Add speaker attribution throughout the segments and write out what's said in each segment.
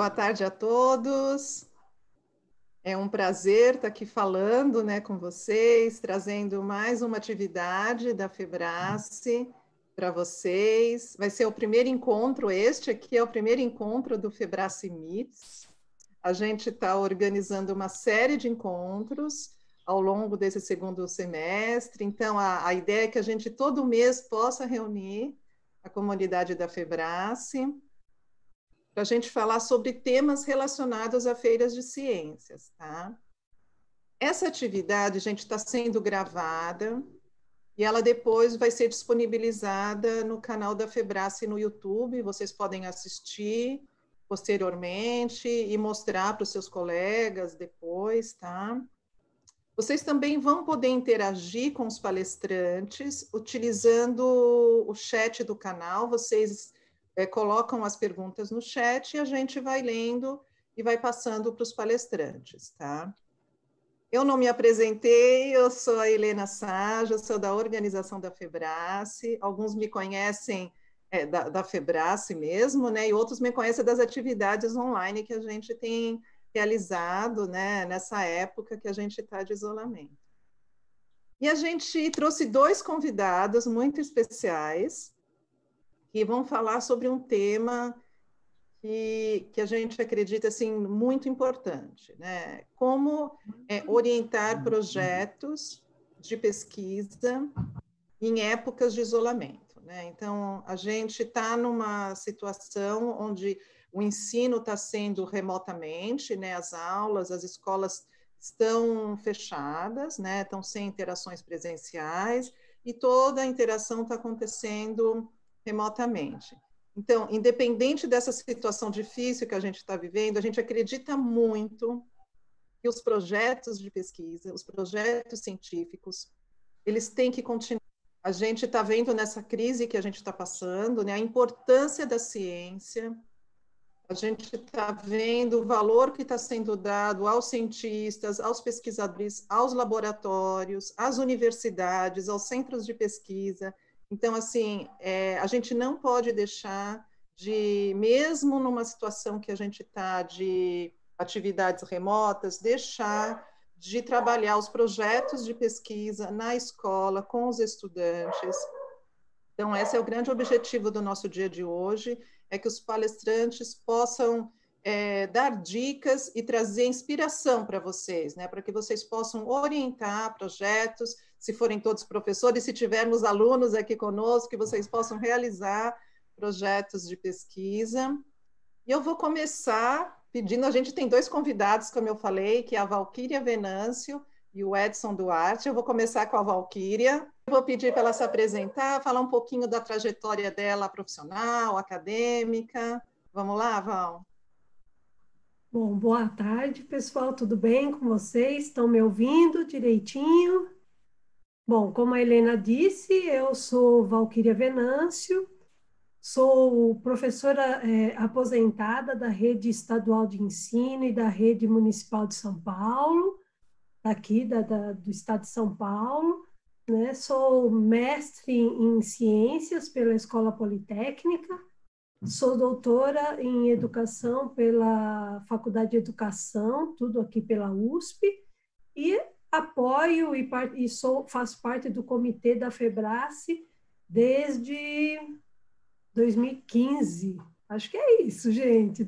Speaker 1: Boa tarde a todos. É um prazer estar aqui falando, né, com vocês, trazendo mais uma atividade da Febrace para vocês. Vai ser o primeiro encontro, este aqui é o primeiro encontro do Febrace Meets. A gente está organizando uma série de encontros ao longo desse segundo semestre. Então, a ideia é que a gente todo mês possa reunir a comunidade da Febrace para a gente falar sobre temas relacionados a feiras de ciências, tá? Essa atividade, gente, está sendo gravada e ela depois vai ser disponibilizada no canal da Febrace no YouTube. Vocês podem assistir posteriormente e mostrar para os seus colegas depois, tá? Vocês também vão poder interagir com os palestrantes utilizando o chat do canal. Vocês colocam as perguntas no chat e a gente vai lendo e vai passando para os palestrantes, tá? Eu não me apresentei, eu sou a Helena Saja, sou da organização da Febrace. Alguns me conhecem da Febrace mesmo, né? E outros me conhecem das atividades online que a gente tem realizado, né? Nessa época que a gente está de isolamento. E a gente trouxe dois convidados muito especiais que vão falar sobre um tema que a gente acredita assim, muito importante, né? Como orientar projetos de pesquisa em épocas de isolamento, né? Então, a gente está numa situação onde o ensino está sendo remotamente, né? As aulas, as escolas estão fechadas, né? Estão sem interações presenciais e toda a interação está acontecendo remotamente. Então, independente dessa situação difícil que a gente está vivendo, a gente acredita muito que os projetos de pesquisa, os projetos científicos, eles têm que continuar. A gente está vendo nessa crise que a gente está passando, né, a importância da ciência, a gente está vendo o valor que está sendo dado aos cientistas, aos pesquisadores, aos laboratórios, às universidades, aos centros de pesquisa. Então, assim, a gente não pode deixar de, mesmo numa situação que a gente está de atividades remotas, deixar de trabalhar os projetos de pesquisa na escola, com os estudantes. Então, esse é o grande objetivo do nosso dia de hoje, é que os palestrantes possam dar dicas e trazer inspiração para vocês, né? Para que vocês possam orientar projetos, se forem todos professores, se tivermos alunos aqui conosco, que vocês possam realizar projetos de pesquisa. E eu vou começar pedindo, a gente tem dois convidados, como eu falei, que é a Valquíria Venâncio e o Edson Duarte. Eu vou começar com a Valquíria. Eu vou pedir para ela se apresentar, falar um pouquinho da trajetória dela profissional, acadêmica. Vamos lá, Val?
Speaker 2: Bom, boa tarde, pessoal. Tudo bem com vocês? Estão me ouvindo direitinho? Bom, como a Helena disse, eu sou Valquíria Venâncio, sou professora aposentada da Rede Estadual de Ensino e da Rede Municipal de São Paulo, aqui do estado de São Paulo, né? Sou mestre em Ciências pela Escola Politécnica. Sou doutora em Educação pela Faculdade de Educação, tudo aqui pela USP, e apoio faço parte do comitê da Febrace desde 2015. Acho que é isso, gente.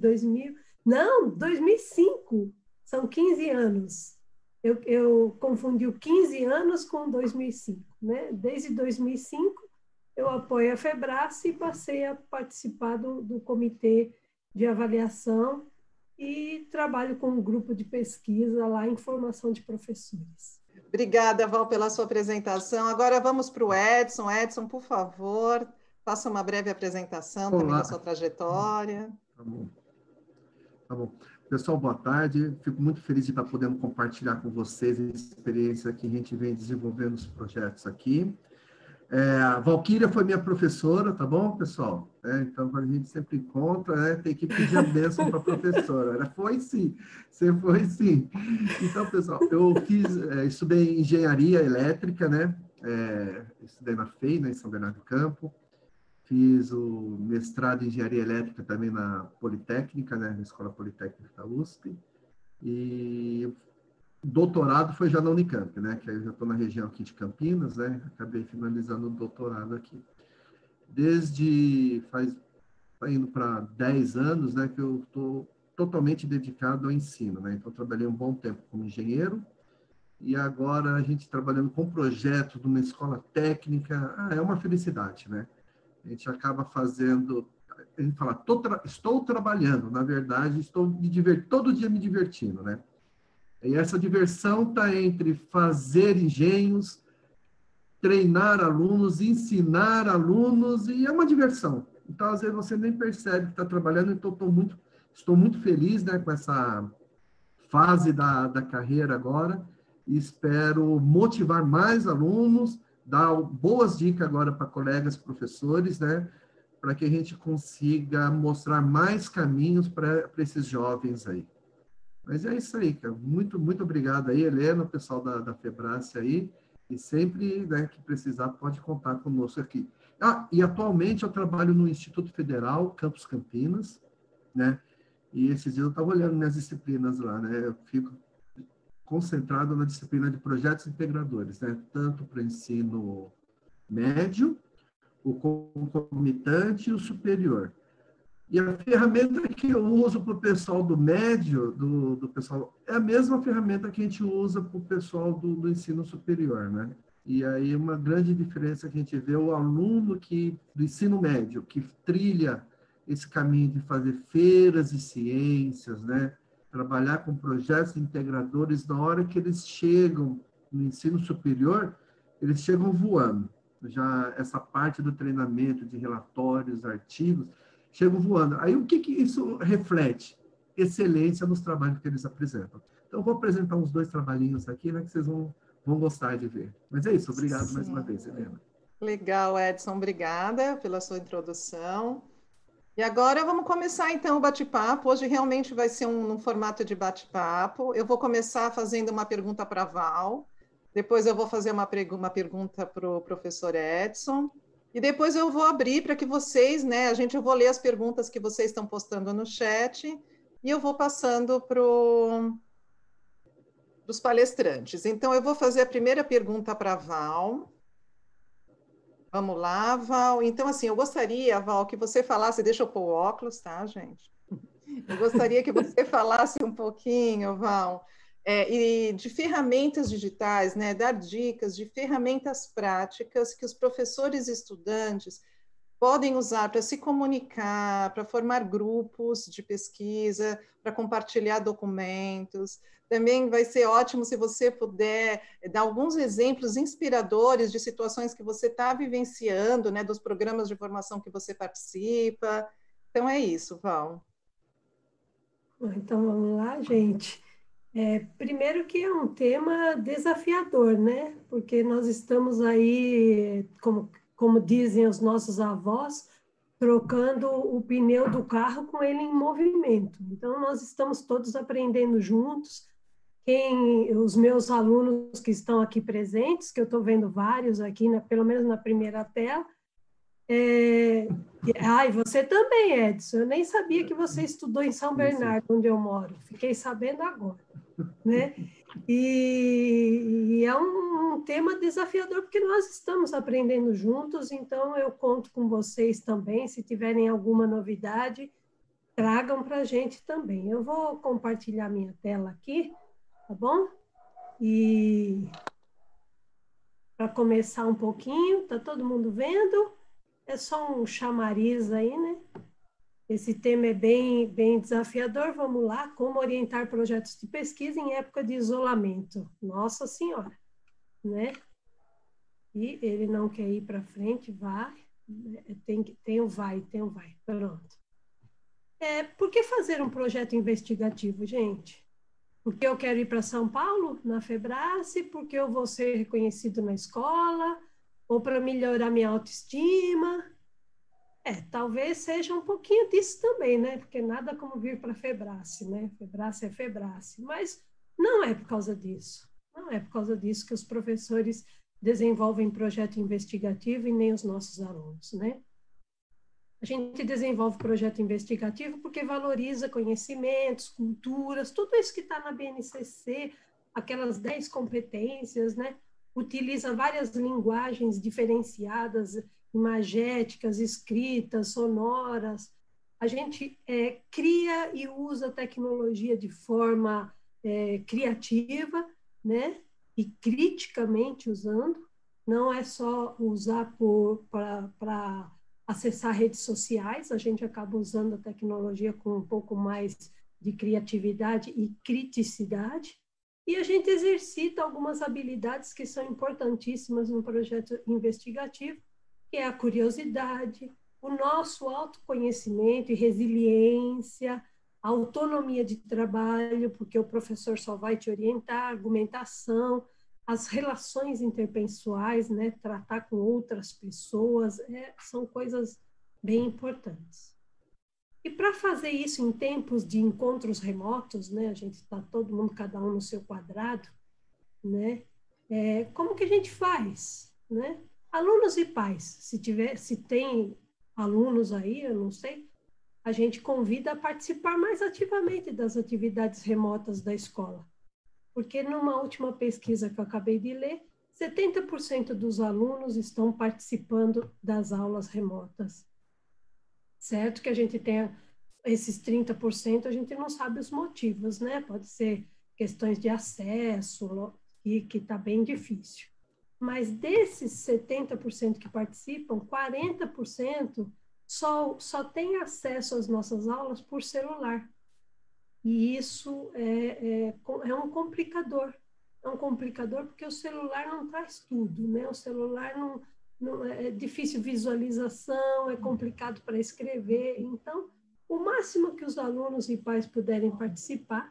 Speaker 2: 2005. São 15 anos. Eu confundi o 15 anos com 2005, né? Desde 2005, eu apoio a Febrace e passei a participar do comitê de avaliação e trabalho com um grupo de pesquisa lá em formação de professores.
Speaker 1: Obrigada, Val, pela sua apresentação. Agora vamos para o Edson. Edson, por favor, faça uma breve apresentação também da sua trajetória.
Speaker 3: Tá bom. Tá bom. Pessoal, boa tarde. Fico muito feliz de estar podendo compartilhar com vocês a experiência que a gente vem desenvolvendo os projetos aqui. A Valquíria foi minha professora, tá bom, pessoal? Então, quando a gente sempre encontra, tem que pedir a bênção para a professora. Ela foi sim, você foi sim. Então, pessoal, eu estudei engenharia elétrica, né? Estudei na FEI, né, em São Bernardo do Campo. fiz o mestrado em Engenharia Elétrica também na Politécnica, né, na Escola Politécnica da USP, e o doutorado foi já na Unicamp, né, que eu já estou na região aqui de Campinas, né, acabei finalizando o doutorado aqui. Tá indo para 10 anos, né, que eu estou totalmente dedicado ao ensino, né, então trabalhei um bom tempo como engenheiro, e agora a gente trabalhando com projetos de uma escola técnica, é uma felicidade, né? A gente acaba fazendo, a gente fala, estou trabalhando, na verdade, todo dia me divertindo, né? E essa diversão está entre fazer engenhos, treinar alunos, ensinar alunos, e é uma diversão. Então, às vezes, você nem percebe que está trabalhando, então estou muito feliz, né, com essa fase da carreira agora, e espero motivar mais alunos, dar boas dicas agora para colegas professores, né, para que a gente consiga mostrar mais caminhos para esses jovens aí. Mas é isso aí, cara. Muito, muito obrigado aí, Helena, o pessoal da Febrace aí, e sempre, né, que precisar pode contar conosco aqui. E atualmente eu trabalho no Instituto Federal, Campus Campinas, né, e esses dias eu estava olhando minhas disciplinas lá, né? Eu fico concentrado na disciplina de projetos integradores, né? Tanto para o ensino médio, o concomitante e o superior. E a ferramenta que eu uso para o pessoal do médio, do pessoal, é a mesma ferramenta que a gente usa para o pessoal do ensino superior, né? E aí uma grande diferença que a gente vê é o aluno do ensino médio, que trilha esse caminho de fazer feiras de ciências, né? Trabalhar com projetos integradores, na hora que eles chegam no ensino superior, eles chegam voando. Já essa parte do treinamento de relatórios, artigos, chegam voando. Aí o que isso reflete? Excelência nos trabalhos que eles apresentam. Então, eu vou apresentar uns 2 trabalhinhos aqui, né, que vocês vão gostar de ver. Mas é isso, obrigado mais uma vez, Helena.
Speaker 1: Legal, Edson, obrigada pela sua introdução. E agora vamos começar então o bate-papo. Hoje realmente vai ser um formato de bate-papo. Eu vou começar fazendo uma pergunta para a Val, depois eu vou fazer uma pergunta para o professor Edson, e depois eu vou abrir para que vocês, né? Eu vou ler as perguntas que vocês estão postando no chat e eu vou passando para os palestrantes. Então, eu vou fazer a primeira pergunta para a Val. Vamos lá, Val. Então, assim, eu gostaria, Val, que você falasse, deixa eu pôr o óculos, tá, gente? Eu gostaria que você falasse um pouquinho, Val, e de ferramentas digitais, né? Dar dicas de ferramentas práticas que os professores e estudantes podem usar para se comunicar, para formar grupos de pesquisa, para compartilhar documentos. Também vai ser ótimo se você puder dar alguns exemplos inspiradores de situações que você está vivenciando, né, dos programas de formação que você participa. Então, é isso, Val.
Speaker 2: Então, vamos lá, gente. Primeiro que é um tema desafiador, né? Porque nós estamos aí, como dizem os nossos avós, trocando o pneu do carro com ele em movimento. Então, nós estamos todos aprendendo juntos. Os meus alunos que estão aqui presentes, que eu estou vendo vários aqui, pelo menos na primeira tela. E você também, Edson. Eu nem sabia que você estudou em São Bernardo, onde eu moro. Fiquei sabendo agora, né? E é um tema desafiador, porque nós estamos aprendendo juntos, então eu conto com vocês também. Se tiverem alguma novidade, tragam para a gente também. Eu vou compartilhar minha tela aqui, tá bom? E para começar um pouquinho, tá todo mundo vendo? É só um chamariz aí, né? Esse tema é bem desafiador. Vamos lá, como orientar projetos de pesquisa em época de isolamento. Nossa Senhora, né? E ele não quer ir para frente, vai. Tem o vai. Pronto. Por que fazer um projeto investigativo, gente? Porque eu quero ir para São Paulo, na Febrace, porque eu vou ser reconhecido na escola, ou para melhorar minha autoestima. Talvez seja um pouquinho disso também, né? Porque nada como vir para a Febrace, né? Febrace é Febrace. Mas não é por causa disso. Não é por causa disso que os professores desenvolvem projeto investigativo e nem os nossos alunos, né? A gente desenvolve projeto investigativo porque valoriza conhecimentos, culturas, tudo isso que está na BNCC, aquelas 10 competências, né? Utiliza várias linguagens diferenciadas, imagéticas, escritas, sonoras. A gente cria e usa tecnologia de forma criativa, né? E criticamente usando, não é só usar para acessar redes sociais, a gente acaba usando a tecnologia com um pouco mais de criatividade e criticidade, e a gente exercita algumas habilidades que são importantíssimas no projeto investigativo, que é a curiosidade, o nosso autoconhecimento e resiliência, a autonomia de trabalho, porque o professor só vai te orientar, argumentação, as relações interpessoais, né, tratar com outras pessoas, são coisas bem importantes. E para fazer isso em tempos de encontros remotos, né, a gente está todo mundo, cada um no seu quadrado, né, como que a gente faz, né? Alunos e pais, se tem alunos aí, eu não sei, a gente convida a participar mais ativamente das atividades remotas da escola. Porque numa última pesquisa que eu acabei de ler, 70% dos alunos estão participando das aulas remotas. Certo que a gente tem esses 30%, a gente não sabe os motivos, né? Pode ser questões de acesso, que está bem difícil. Mas desses 70% que participam, 40% só tem acesso às nossas aulas por celular. E isso é um complicador. É um complicador porque o celular não traz tudo, né? O celular não é difícil visualização, é complicado para escrever. Então, o máximo que os alunos e pais puderem participar,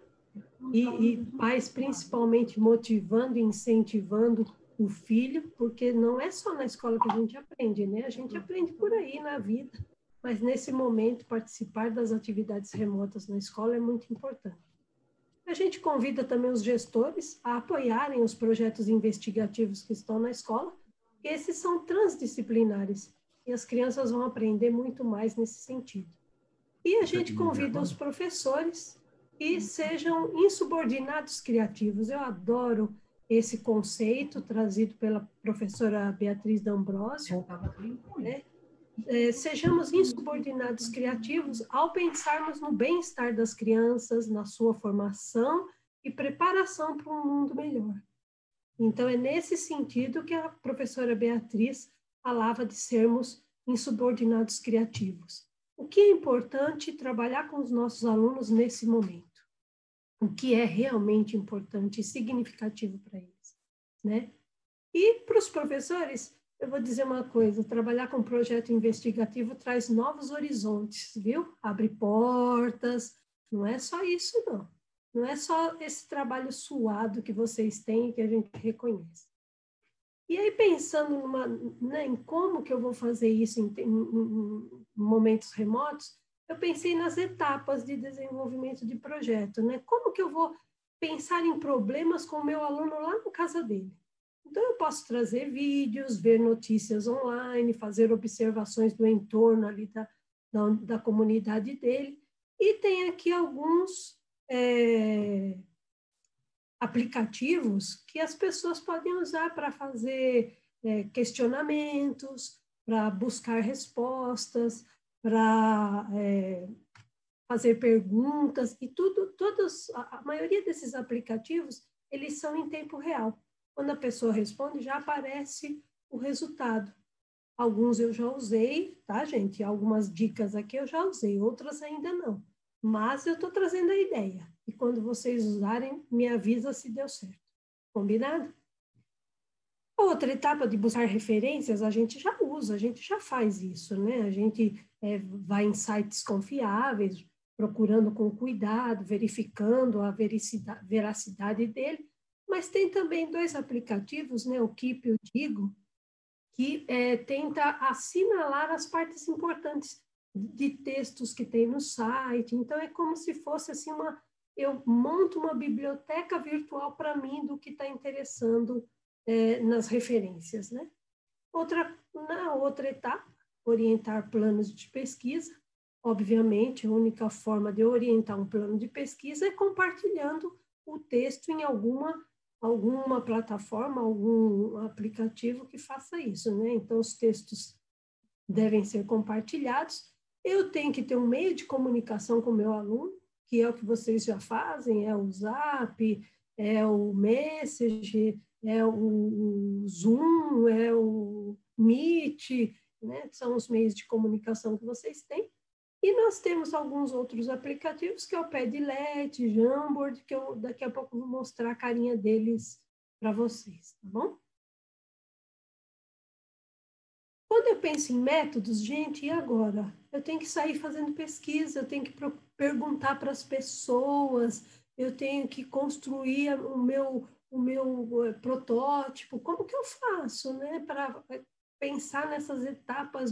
Speaker 2: e pais principalmente motivando e incentivando o filho, porque não é só na escola que a gente aprende, né? A gente aprende por aí na vida. Mas, nesse momento, participar das atividades remotas na escola é muito importante. A gente convida também os gestores a apoiarem os projetos investigativos que estão na escola, e esses são transdisciplinares, e as crianças vão aprender muito mais nesse sentido. E a gente convida os professores que sejam insubordinados criativos. Eu adoro esse conceito trazido pela professora Beatriz D'Ambrosio, né? Sejamos insubordinados criativos ao pensarmos no bem-estar das crianças, na sua formação e preparação para um mundo melhor. Então, é nesse sentido que a professora Beatriz falava de sermos insubordinados criativos. O que é importante trabalhar com os nossos alunos nesse momento? O que é realmente importante e significativo para eles, né? E para os professores, eu vou dizer uma coisa, trabalhar com projeto investigativo traz novos horizontes, viu? Abre portas, não é só isso, não. Não é só esse trabalho suado que vocês têm e que a gente reconhece. E aí, pensando em como que eu vou fazer isso em momentos remotos, eu pensei nas etapas de desenvolvimento de projeto, né? Como que eu vou pensar em problemas com o meu aluno lá na casa dele? Então, eu posso trazer vídeos, ver notícias online, fazer observações do entorno ali da comunidade dele. E tem aqui alguns aplicativos que as pessoas podem usar para fazer questionamentos, para buscar respostas, para fazer perguntas, e a maioria desses aplicativos, eles são em tempo real. Quando a pessoa responde, já aparece o resultado. Alguns eu já usei, tá, gente? Algumas dicas aqui eu já usei, outras ainda não. Mas eu estou trazendo a ideia. E quando vocês usarem, me avisa se deu certo. Combinado? Outra etapa de buscar referências, a gente já usa, a gente já faz isso, né? A gente vai em sites confiáveis, procurando com cuidado, verificando a veracidade dele. Mas tem também 2 aplicativos, né, o Keep e o Digo, que tenta assinalar as partes importantes de textos que tem no site. Então, é como se fosse assim eu monto uma biblioteca virtual para mim do que está interessando nas referências, né? Na outra etapa, orientar planos de pesquisa. Obviamente, a única forma de orientar um plano de pesquisa é compartilhando o texto em alguma plataforma, algum aplicativo que faça isso, né? Então, os textos devem ser compartilhados. Eu tenho que ter um meio de comunicação com o meu aluno, que é o que vocês já fazem, é o Zap, é o Message, é o Zoom, é o Meet, né? São os meios de comunicação que vocês têm. E nós temos alguns outros aplicativos, que é o Padlet, Jamboard, que eu daqui a pouco vou mostrar a carinha deles para vocês, tá bom? Quando eu penso em métodos, gente, e agora? Eu tenho que sair fazendo pesquisa, eu tenho que perguntar para as pessoas, eu tenho que construir o meu protótipo. Como que eu faço, né, para pensar nessas etapas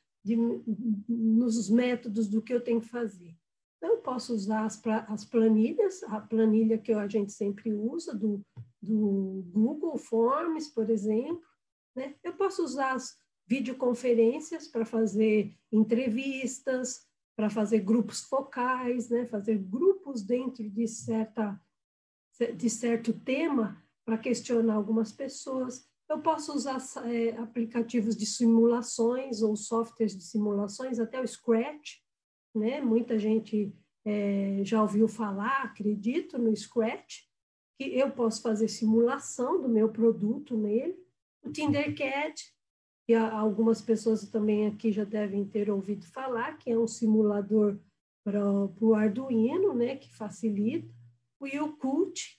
Speaker 2: nos métodos do que eu tenho que fazer? Então, eu posso usar as planilhas, a planilha que a gente sempre usa, do Google Forms, por exemplo, né? Eu posso usar as videoconferências para fazer entrevistas, para fazer grupos focais, né? Fazer grupos dentro de certo tema para questionar algumas pessoas. Eu posso usar aplicativos de simulações ou softwares de simulações, até o Scratch, né? Muita gente já ouviu falar, acredito, no Scratch, que eu posso fazer simulação do meu produto nele. O Tinkercad, que algumas pessoas também aqui já devem ter ouvido falar, que é um simulador para o Arduino, né, que facilita. O Yakult,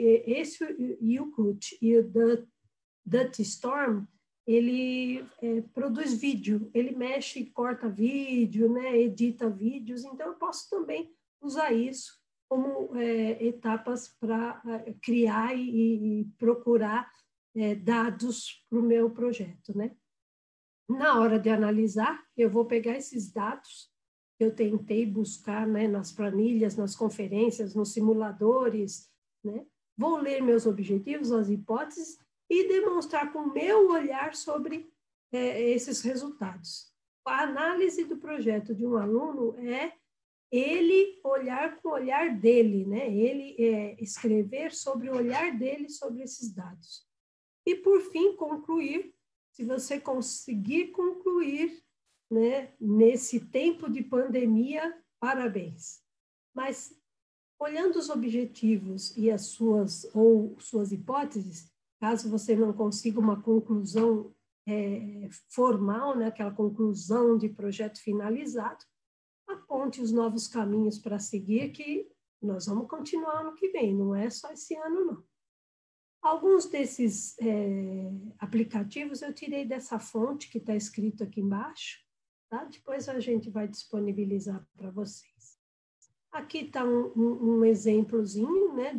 Speaker 2: Yakult e o DutStorm, ele produz vídeo, ele mexe e corta vídeo, né, edita vídeos, então eu posso também usar isso como etapas para criar e procurar dados para o meu projeto, né? Na hora de analisar, eu vou pegar esses dados que eu tentei buscar, né, nas planilhas, nas conferências, nos simuladores, né? Vou ler meus objetivos, as hipóteses e demonstrar com o meu olhar sobre esses resultados. A análise do projeto de um aluno é ele olhar com o olhar dele, né? Ele escrever sobre o olhar dele sobre esses dados. E, por fim, concluir. Se você conseguir concluir, né, nesse tempo de pandemia, parabéns. Mas, olhando os objetivos e suas hipóteses, caso você não consiga uma conclusão formal, né, aquela conclusão de projeto finalizado, aponte os novos caminhos para seguir, que nós vamos continuar ano que vem, não é só esse ano, não. Alguns desses aplicativos eu tirei dessa fonte que está escrito aqui embaixo, tá? Depois a gente vai disponibilizar para vocês. Aqui está um exemplozinho, né,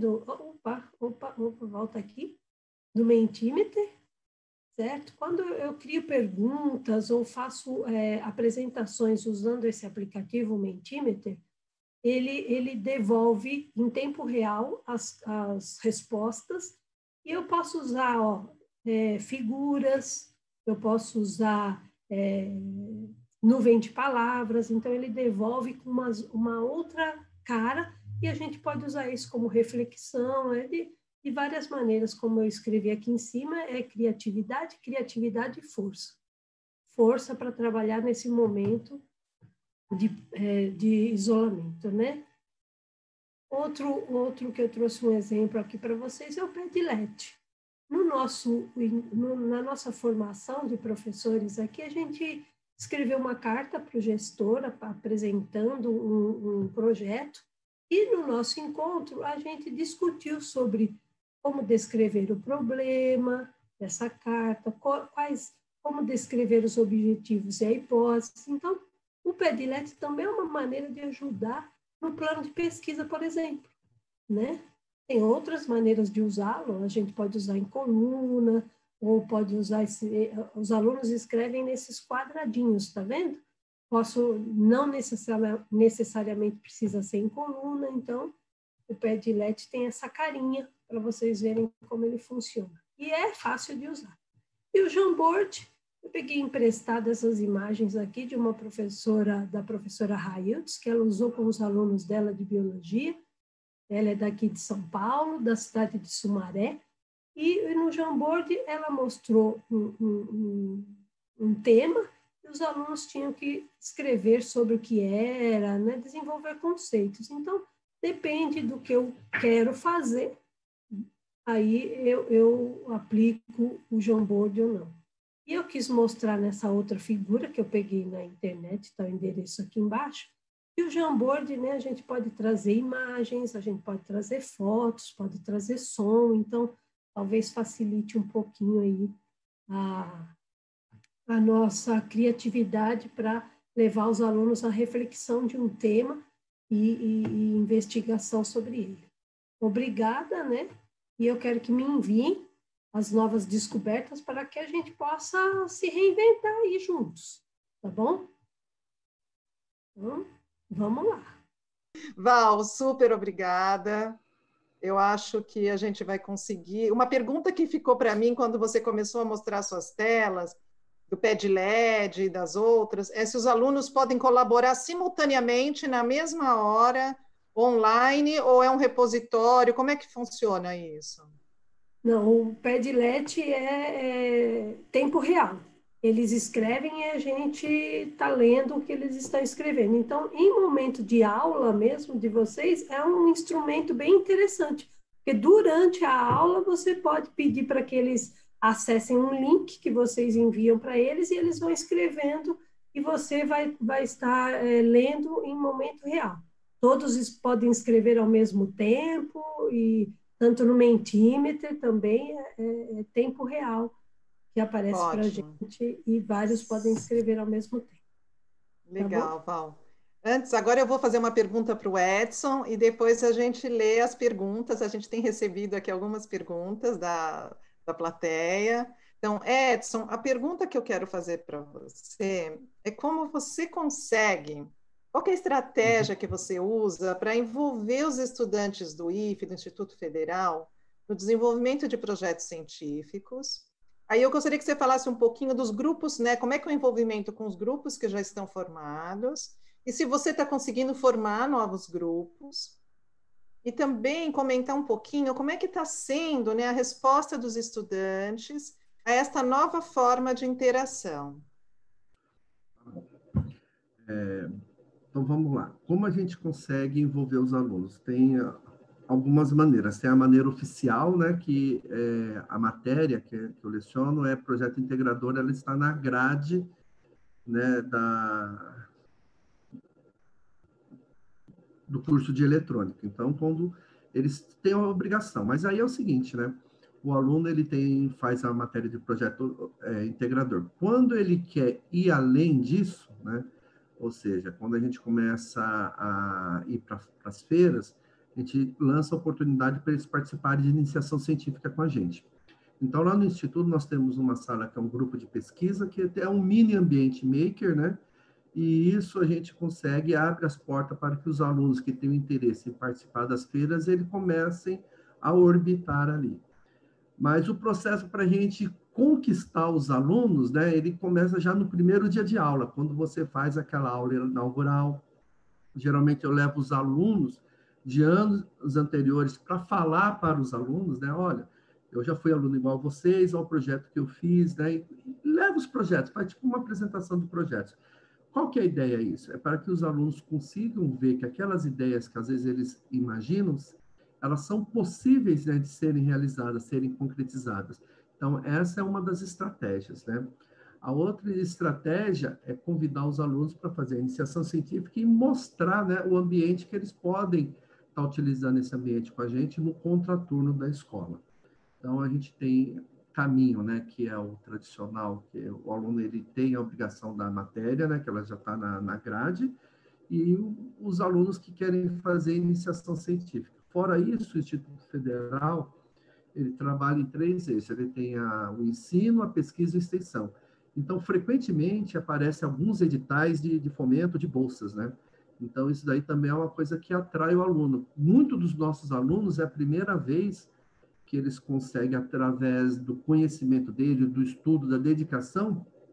Speaker 2: volta aqui, do Mentimeter, certo? Quando eu crio perguntas ou faço apresentações usando esse aplicativo Mentimeter, ele devolve em tempo real as respostas. E eu posso usar figuras, eu posso usar nuvem de palavras, então ele devolve com uma outra cara, e a gente pode usar isso como reflexão, de várias maneiras, como eu escrevi aqui em cima, criatividade, criatividade e força. Força para trabalhar nesse momento de isolamento, né? Outro que eu trouxe um exemplo aqui para vocês é o Padlet. Na nossa formação de professores aqui, a gente escreveu uma carta para o gestor apresentando um projeto, e no nosso encontro a gente discutiu sobre como descrever o problema dessa carta, como descrever os objetivos e a hipótese. Então, o Padlet também é uma maneira de ajudar no plano de pesquisa, por exemplo, né? Tem outras maneiras de usá-lo, a gente pode usar em coluna, ou pode usar, os alunos escrevem nesses quadradinhos, tá vendo? Não necessariamente precisa ser em coluna, então o Padlet tem essa carinha para vocês verem como ele funciona. E é fácil de usar. E o Jamboard, Eu peguei emprestado essas imagens aqui de uma professora, da professora Raildes, que ela usou com os alunos dela de biologia. Ela é daqui de São Paulo, da cidade de Sumaré. E no Jamboard ela mostrou um tema e os alunos tinham que escrever sobre o que era, né? Desenvolver conceitos. Então, depende do que eu quero fazer, aí eu aplico o Jamboard ou não. E eu quis mostrar nessa outra figura que eu peguei na internet, está o endereço aqui embaixo, e o Jamboard, né, a gente pode trazer imagens, a gente pode trazer fotos, pode trazer som, então talvez facilite um pouquinho aí a nossa criatividade para levar os alunos à reflexão de um tema e investigação sobre ele. Obrigada, né? E eu quero que me enviem as novas descobertas para que a gente possa se reinventar aí juntos, tá bom? Então, vamos lá.
Speaker 1: Val, super obrigada. Eu acho que a gente vai conseguir. Uma pergunta que ficou para mim quando você começou a mostrar suas telas, do pé de LED e das outras, é se os alunos podem colaborar simultaneamente na mesma hora, online, ou é um repositório? Como é que funciona isso?
Speaker 2: Não, o Padlet é tempo real. Eles escrevem e a gente está lendo o que eles estão escrevendo. Então, em momento de aula mesmo de vocês, é um instrumento bem interessante, porque durante a aula você pode pedir para que eles acessem um link que vocês enviam para eles e eles vão escrevendo e você vai estar lendo em momento real. Todos podem escrever ao mesmo tempo e tanto no Mentimeter também é tempo real que aparece para a
Speaker 1: Ótimo.
Speaker 2: gente e vários podem escrever ao mesmo tempo.
Speaker 1: Legal, Val. Antes, agora eu vou fazer uma pergunta para o Edson e depois a gente lê as perguntas. A gente tem recebido aqui algumas perguntas da plateia. Então, Edson, a pergunta que eu quero fazer para você é como você consegue, qual que é a estratégia que você usa para envolver os estudantes do IFE, do Instituto Federal, no desenvolvimento de projetos científicos? Aí eu gostaria que você falasse um pouquinho dos grupos, né? Como é que é o envolvimento com os grupos que já estão formados? E se você está conseguindo formar novos grupos? E também comentar um pouquinho como é que está sendo, né, a resposta dos estudantes a esta nova forma de interação.
Speaker 3: Então, vamos lá. Como a gente consegue envolver os alunos? Tem algumas maneiras. Tem a maneira oficial, né, que a matéria que eu leciono é projeto integrador, ela está na grade, né, do curso de eletrônica. Então, quando eles têm a obrigação, mas aí é o seguinte, né? O aluno faz a matéria de projeto integrador. Quando ele quer ir além disso, né? Ou seja, quando a gente começa a ir para as feiras, a gente lança a oportunidade para eles participarem de iniciação científica com a gente. Então, lá no Instituto, nós temos uma sala que é um grupo de pesquisa, que é um mini ambiente maker, né? E isso a gente consegue, abre as portas para que os alunos que têm interesse em participar das feiras, eles comecem a orbitar ali. Mas o processo para a gente conquistar os alunos, né, ele começa já no primeiro dia de aula, quando você faz aquela aula inaugural. Geralmente eu levo os alunos de anos anteriores para falar para os alunos, né, olha, eu já fui aluno igual a vocês, olha o projeto que eu fiz, né, e leva os projetos, faz tipo uma apresentação de projetos. Qual que é a ideia disso? É para que os alunos consigam ver que aquelas ideias que às vezes eles imaginam, elas são possíveis, né, de serem realizadas, serem concretizadas. Então, essa é uma das estratégias, né? A outra estratégia é convidar os alunos para fazer a iniciação científica e mostrar, né, o ambiente que eles podem estar utilizando esse ambiente com a gente no contraturno da escola. Então, a gente tem caminho, né, que é o tradicional, que o aluno ele tem a obrigação da matéria, né, que ela já está na grade, e os alunos que querem fazer iniciação científica. Fora isso, o Instituto Federal, ele trabalha em 3 eixos, ele tem o ensino, a pesquisa e a extensão. Então, frequentemente, aparecem alguns editais de fomento de bolsas, né? Então, isso daí também é uma coisa que atrai o aluno. Muitos dos nossos alunos, é a primeira vez que eles conseguem, através do conhecimento dele, do estudo, da dedicação,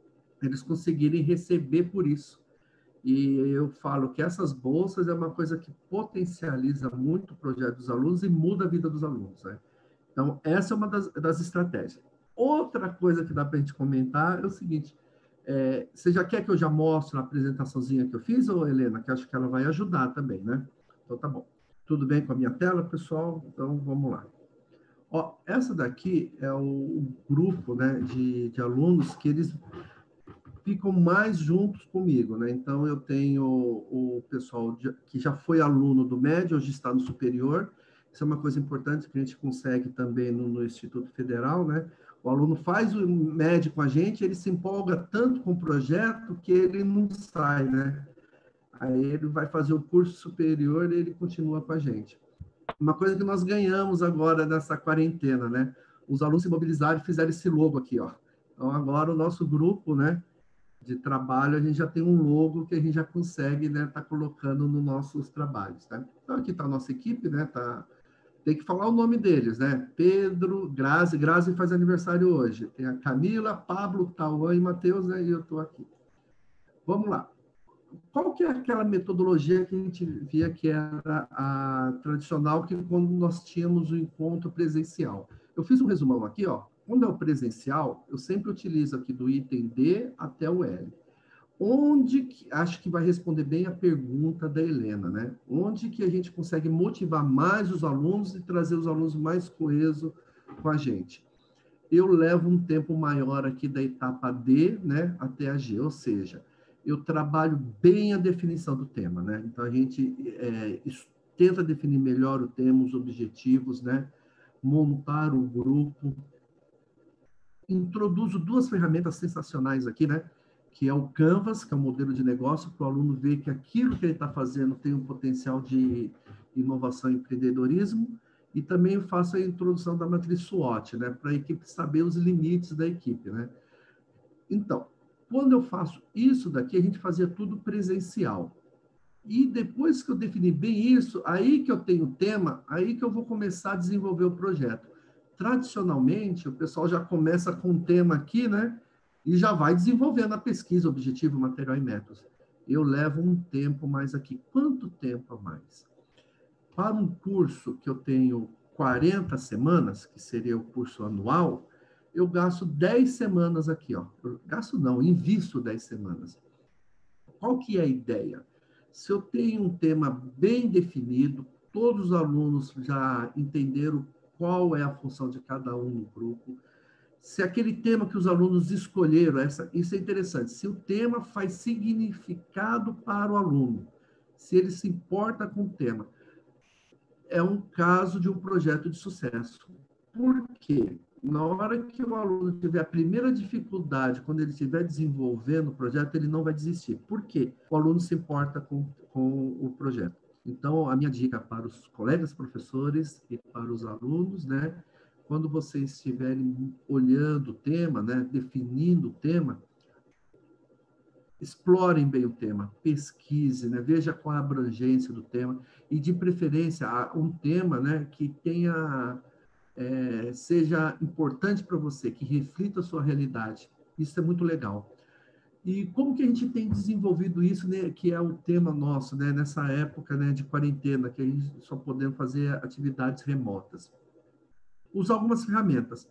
Speaker 3: eles conseguirem receber por isso. E eu falo que essas bolsas é uma coisa que potencializa muito o projeto dos alunos e muda a vida dos alunos, né? Então, essa é uma das estratégias. Outra coisa que dá para a gente comentar é o seguinte, você já quer que eu já mostre a apresentaçãozinha que eu fiz, ou Helena, que acho que ela vai ajudar também, né? Então, tá bom. Tudo bem com a minha tela, pessoal? Então, vamos lá. Ó, essa daqui é o grupo, né, de alunos que eles ficam mais juntos comigo, né? Então, eu tenho o pessoal que já foi aluno do médio, hoje está no superior. Isso é uma coisa importante que a gente consegue também no Instituto Federal, né? O aluno faz o médio com a gente, ele se empolga tanto com o projeto que ele não sai, né? Aí ele vai fazer o curso superior e ele continua com a gente. Uma coisa que nós ganhamos agora nessa quarentena, né? Os alunos se mobilizaram e fizeram esse logo aqui, ó. Então, agora o nosso grupo, né, de trabalho, a gente já tem um logo que a gente já consegue, né, tá colocando nos nossos trabalhos, tá? Então, aqui está a nossa equipe, né, tem que falar o nome deles, né? Pedro, Grazi faz aniversário hoje. Tem a Camila, Pablo, Tauan e Matheus, né, e eu estou aqui. Vamos lá. Qual que é aquela metodologia que a gente via que era a tradicional, que quando nós tínhamos o encontro presencial? Eu fiz um resumão aqui, ó. Quando é o presencial, eu sempre utilizo aqui do item D até o L. Acho que vai responder bem a pergunta da Helena, né? Onde que a gente consegue motivar mais os alunos e trazer os alunos mais coesos com a gente? Eu levo um tempo maior aqui da etapa D, né, até a G, ou seja, eu trabalho bem a definição do tema, né? Então, a gente tenta definir melhor o tema, os objetivos, né? Montar o grupo. Introduzo duas ferramentas sensacionais aqui, né? Que é o Canvas, que é um modelo de negócio, para o aluno ver que aquilo que ele está fazendo tem um potencial de inovação e empreendedorismo, e também eu faço a introdução da matriz SWOT, né? Para a equipe saber os limites da equipe, né? Então, quando eu faço isso daqui, a gente fazia tudo presencial. E depois que eu defini bem isso, aí que eu tenho o tema, aí que eu vou começar a desenvolver o projeto. Tradicionalmente, o pessoal já começa com um tema aqui, né? E já vai desenvolvendo a pesquisa, objetivo, material e métodos. Eu levo um tempo mais aqui. Quanto tempo a mais? Para um curso que eu tenho 40 semanas, que seria o curso anual, eu gasto 10 semanas aqui, ó. Eu gasto não, invisto 10 semanas. Qual que é a ideia? Se eu tenho um tema bem definido, todos os alunos já entenderam qual é a função de cada um no grupo, se aquele tema que os alunos escolheram, isso é interessante, se o tema faz significado para o aluno, se ele se importa com o tema, é um caso de um projeto de sucesso. Por quê? Na hora que o aluno tiver a primeira dificuldade, quando ele estiver desenvolvendo o projeto, ele não vai desistir. Por quê? O aluno se importa com o projeto. Então, a minha dica para os colegas professores e para os alunos, né? Quando vocês estiverem olhando o tema, né? Definindo o tema, explorem bem o tema, pesquise, né? Veja qual é a abrangência do tema e, de preferência, um tema, né? Que tenha... seja importante para você, que reflita a sua realidade. Isso é muito legal. E como que a gente tem desenvolvido isso, né, que é o tema nosso, né, nessa época, né, de quarentena, que a gente só podemos fazer atividades remotas? Usar algumas ferramentas.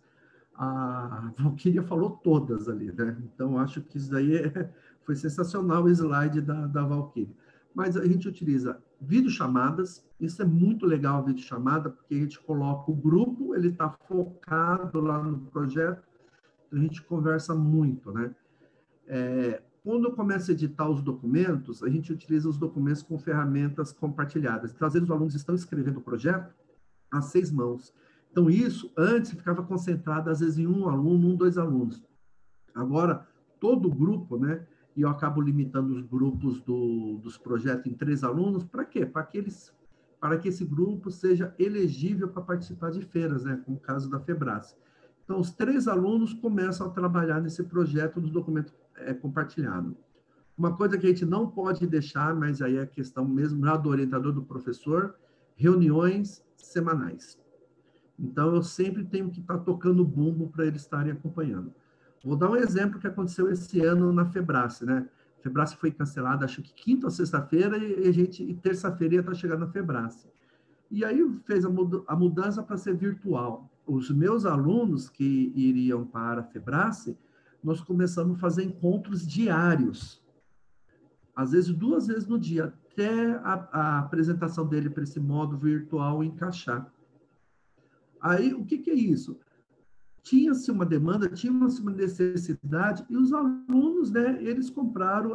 Speaker 3: A Valquíria falou todas ali, né? Então, acho que isso daí foi sensacional, o slide da Valquíria. Mas a gente utiliza videochamadas, isso é muito legal, a videochamada, porque a gente coloca o grupo, ele está focado lá no projeto, a gente conversa muito, né? Quando eu começo a editar os documentos, a gente utiliza os documentos com ferramentas compartilhadas. Então, às vezes, os alunos estão escrevendo o projeto a 6 mãos. Então, isso antes ficava concentrado, às vezes, em um aluno, 2 alunos. Agora, todo o grupo, né? E eu acabo limitando os grupos dos projetos em 3 alunos, para quê? Para que esse grupo seja elegível para participar de feiras, né? Como o caso da Febrace. Então, os 3 alunos começam a trabalhar nesse projeto do documento compartilhado. Uma coisa que a gente não pode deixar, mas aí é questão mesmo do orientador, do professor, reuniões semanais. Então, eu sempre tenho que estar tocando bumbo para eles estarem acompanhando. Vou dar um exemplo que aconteceu esse ano na Febrace, né? A Febrace foi cancelada, acho que quinta ou sexta-feira, e terça-feira ia estar chegando na Febrace. E aí fez a mudança para ser virtual. Os meus alunos que iriam para a Febrace, nós começamos a fazer encontros diários, às vezes 2 vezes no dia, até a apresentação dele para esse modo virtual encaixar. Aí, o que é isso? Tinha-se uma demanda, tinha-se uma necessidade, e os alunos, né, eles compraram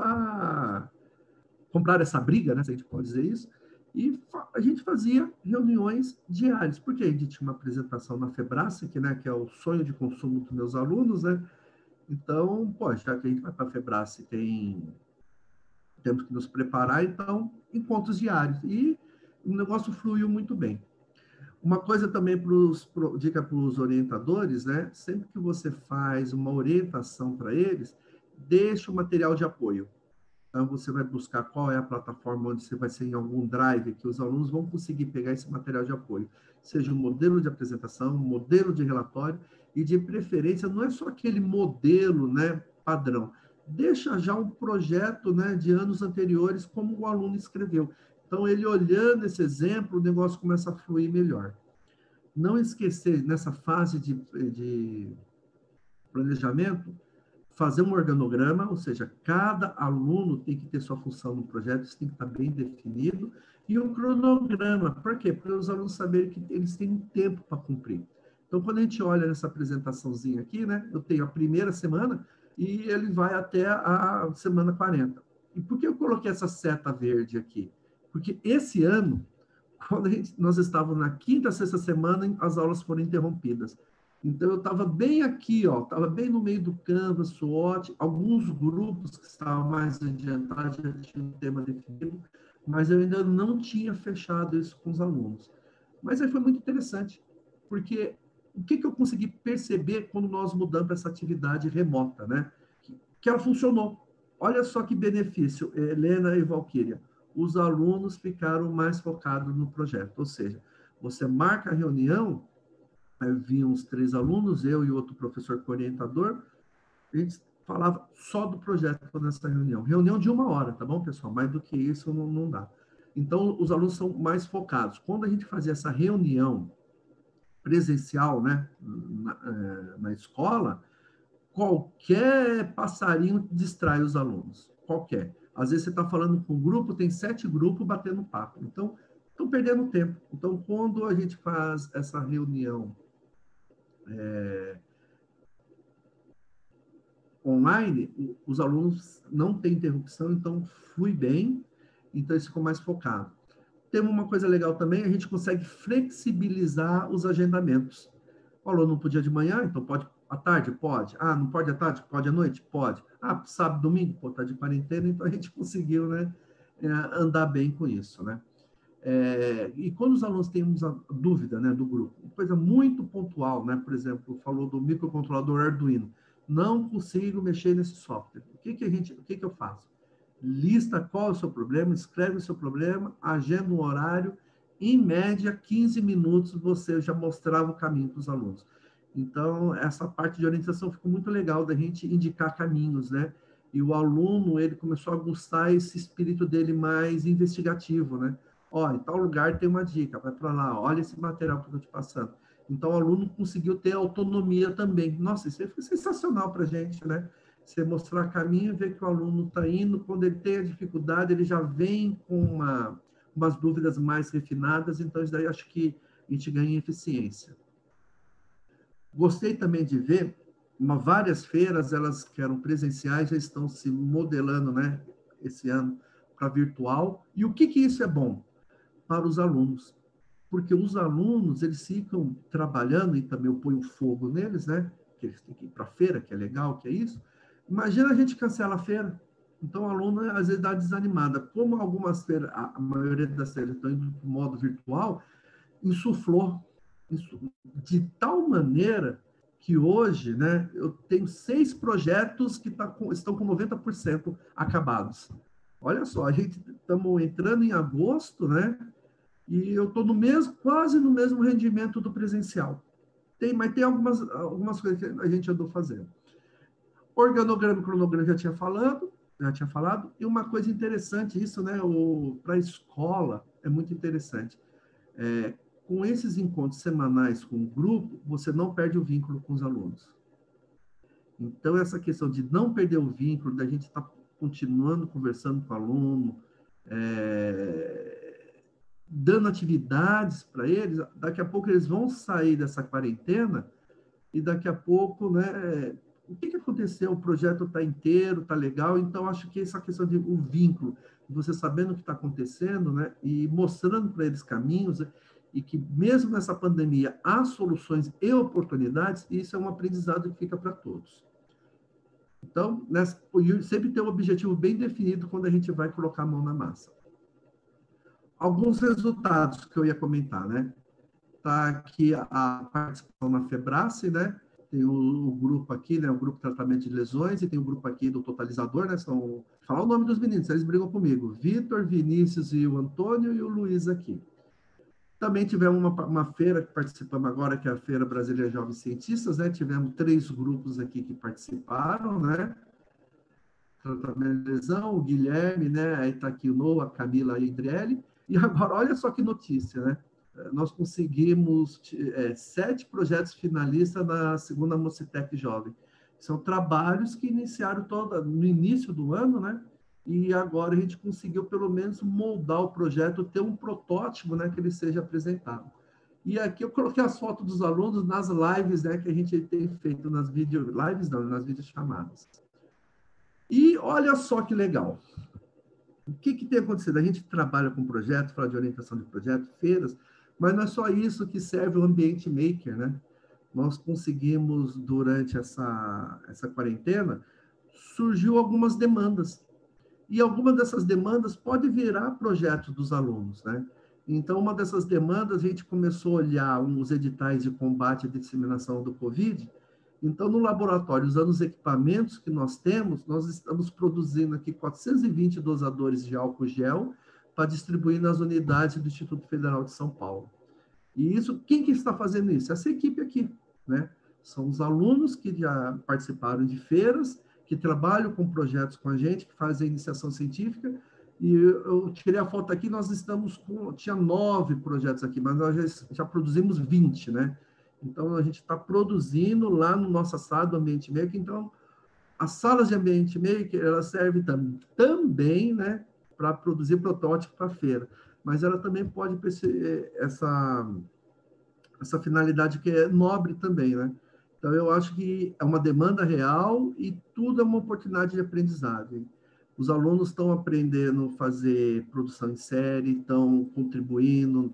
Speaker 3: essa briga, né, se a gente pode dizer isso, e a gente fazia reuniões diárias, porque a gente tinha uma apresentação na Febrace, que é o sonho de consumo dos meus alunos, né? Então, já que a gente vai para a Febrace, temos que nos preparar, então, encontros diários, e o negócio fluiu muito bem. Uma coisa também, dica para os orientadores, né? Sempre que você faz uma orientação para eles, deixa o material de apoio. Então, você vai buscar qual é a plataforma onde você vai ser em algum drive, que os alunos vão conseguir pegar esse material de apoio. Seja um modelo de apresentação, um modelo de relatório, e de preferência, não é só aquele modelo, né, padrão. Deixa já um projeto, né, de anos anteriores, como o aluno escreveu. Então, ele olhando esse exemplo, o negócio começa a fluir melhor. Não esquecer, nessa fase de planejamento, fazer um organograma, ou seja, cada aluno tem que ter sua função no projeto, isso tem que estar bem definido, e um cronograma. Por quê? Para os alunos saberem que eles têm um tempo para cumprir. Então, quando a gente olha nessa apresentaçãozinha aqui, né, eu tenho a primeira semana e ele vai até a semana 40. E por que eu coloquei essa seta verde aqui? Porque esse ano, quando nós estávamos na quinta, sexta semana, as aulas foram interrompidas. Então, eu estava bem aqui, estava bem no meio do Canvas, SWOT, alguns grupos que estavam mais adiantados já tinham um tema definido, mas eu ainda não tinha fechado isso com os alunos. Mas aí foi muito interessante, porque o que eu consegui perceber quando nós mudamos essa atividade remota, né? Que ela funcionou. Olha só que benefício, Helena e Valquíria. Os alunos ficaram mais focados no projeto, ou seja, você marca a reunião, aí vinham os 3 alunos, eu e outro professor orientador, a gente falava só do projeto nessa reunião. Reunião de 1 hora, tá bom, pessoal? Mais do que isso não dá. Então, os alunos são mais focados. Quando a gente fazia essa reunião presencial, né, na escola, qualquer passarinho distrai os alunos. Qualquer. Às vezes você está falando com um grupo, tem 7 grupos batendo papo. Então, estão perdendo tempo. Então, quando a gente faz essa reunião online, os alunos não têm interrupção, então flui bem, então eles ficam mais focados. Tem uma coisa legal também, a gente consegue flexibilizar os agendamentos. O aluno não podia de manhã, então pode à tarde? Pode. Ah, não pode à tarde? Pode à noite? Pode. Ah, sábado, domingo? Pô, tá de quarentena, então a gente conseguiu, né, andar bem com isso, né? E quando os alunos têm uma dúvida, né, do grupo, uma coisa muito pontual, né, por exemplo, falou do microcontrolador Arduino, não consigo mexer nesse software. O que eu faço? Lista qual é o seu problema, escreve o seu problema, agenda um horário, em média, 15 minutos você já mostrava o caminho para os alunos. Então, essa parte de orientação ficou muito legal da gente indicar caminhos, né? E o aluno, ele começou a aguçar esse espírito dele mais investigativo, né? Em tal lugar tem uma dica, vai para lá, olha esse material que eu estou te passando. Então, o aluno conseguiu ter autonomia também. Nossa, isso aí foi sensacional para a gente, né? Você mostrar caminho, ver que o aluno está indo, quando ele tem a dificuldade, ele já vem com umas dúvidas mais refinadas, então isso daí acho que a gente ganha em eficiência. Gostei também de ver várias feiras, elas que eram presenciais, já estão se modelando, né, esse ano para virtual. E o que isso é bom? Para os alunos. Porque os alunos, eles ficam trabalhando, e também eu ponho fogo neles, né? Que eles têm que ir para a feira, que é legal, que é isso. Imagina a gente cancela a feira. Então, o aluno, às vezes, dá desanimada. Como algumas feiras, a maioria das feiras estão indo para o modo virtual, insuflou isso de tal maneira que hoje, né, eu tenho 6 projetos que estão com 90% acabados. Olha só, a gente estamos entrando em agosto, né? E eu estou quase no mesmo rendimento do presencial. Mas tem algumas coisas que a gente andou fazendo. Organograma e cronograma já tinha falado, e uma coisa interessante, isso, né, para a escola, é muito interessante. Com esses encontros semanais com o grupo, você não perde o vínculo com os alunos. Então, essa questão de não perder o vínculo, da gente estar continuando conversando com o aluno, dando atividades para eles, daqui a pouco eles vão sair dessa quarentena e daqui a pouco, né, o que aconteceu? O projeto está inteiro, está legal, então acho que essa questão de o vínculo, você sabendo o que está acontecendo, né, e mostrando para eles caminhos, e que mesmo nessa pandemia há soluções e oportunidades, e isso é um aprendizado que fica para todos. Então, sempre ter um objetivo bem definido quando a gente vai colocar a mão na massa. Alguns resultados que eu ia comentar, né? Está aqui a participação na FEBRACE, né? Tem o grupo aqui, né? O grupo de tratamento de lesões, e tem o grupo aqui do totalizador, né? Vou falar o nome dos meninos, eles brigam comigo. Vitor, Vinícius e o Antônio, e o Luiz aqui. Também tivemos uma feira que participamos agora, que é a Feira Brasileira de Jovens Cientistas, né? Tivemos 3 grupos aqui que participaram, né? Tratamento de lesão, o Guilherme, né? Aí está aqui o Noah, a Camila e a Indrelli. E agora, olha só que notícia, né? Nós conseguimos 7 projetos finalistas na segunda Mocitec Jovem. São trabalhos que iniciaram no início do ano, né? E agora a gente conseguiu, pelo menos, moldar o projeto, ter um protótipo, né, que ele seja apresentado. E aqui eu coloquei as fotos dos alunos nas lives, né, que a gente tem feito nas nas videochamadas. E olha só que legal. O que tem acontecido? A gente trabalha com projetos, fala de orientação de projetos, feiras, mas não é só isso que serve o Ambiente Maker, né? Nós conseguimos, durante essa quarentena, surgiu algumas demandas. E alguma dessas demandas pode virar projetos dos alunos, né? Então, uma dessas demandas, a gente começou a olhar os editais de combate à disseminação do Covid. Então, no laboratório, usando os equipamentos que nós temos, nós estamos produzindo aqui 420 dosadores de álcool gel para distribuir nas unidades do Instituto Federal de São Paulo. E isso, quem que está fazendo isso? Essa equipe aqui, né? São os alunos que já participaram de feiras, que trabalham com projetos com a gente, que fazem iniciação científica, e eu tirei a foto aqui, nós estamos tinha 9 projetos aqui, mas nós já produzimos 20, né? Então, a gente está produzindo lá no nossa sala do Ambiente Maker. Então, as salas de Ambiente Maker, elas servem também, né, para produzir protótipo para a feira, mas ela também pode ter essa finalidade que é nobre também, né? Então, eu acho que é uma demanda real e tudo é uma oportunidade de aprendizagem. Os alunos estão aprendendo a fazer produção em série, estão contribuindo,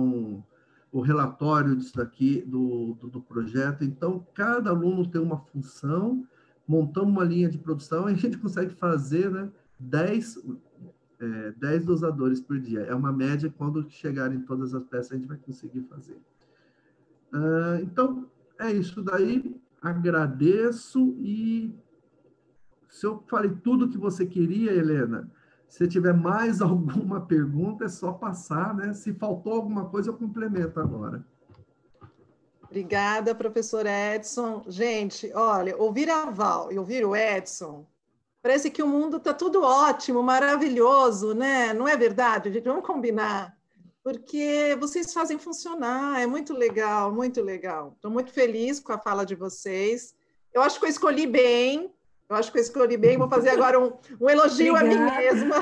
Speaker 3: o relatório disso daqui, do projeto. Então, cada aluno tem uma função, montamos uma linha de produção e a gente consegue fazer, né, 10 dosadores por dia. É uma média, quando chegarem todas as peças, a gente vai conseguir fazer. Então, é isso daí. Agradeço e se eu falei tudo que você queria, Helena, se tiver mais alguma pergunta, é só passar, né? Se faltou alguma coisa, eu complemento agora.
Speaker 1: Obrigada, professor Edson. Gente, olha, ouvir a Val e ouvir o Edson, parece que o mundo está tudo ótimo, maravilhoso, né? Não é verdade, gente? Vamos combinar. Porque vocês fazem funcionar, é muito legal, muito legal. Estou muito feliz com a fala de vocês. Eu acho que eu escolhi bem, vou fazer agora um elogio
Speaker 2: Obrigada.
Speaker 1: a mim mesma.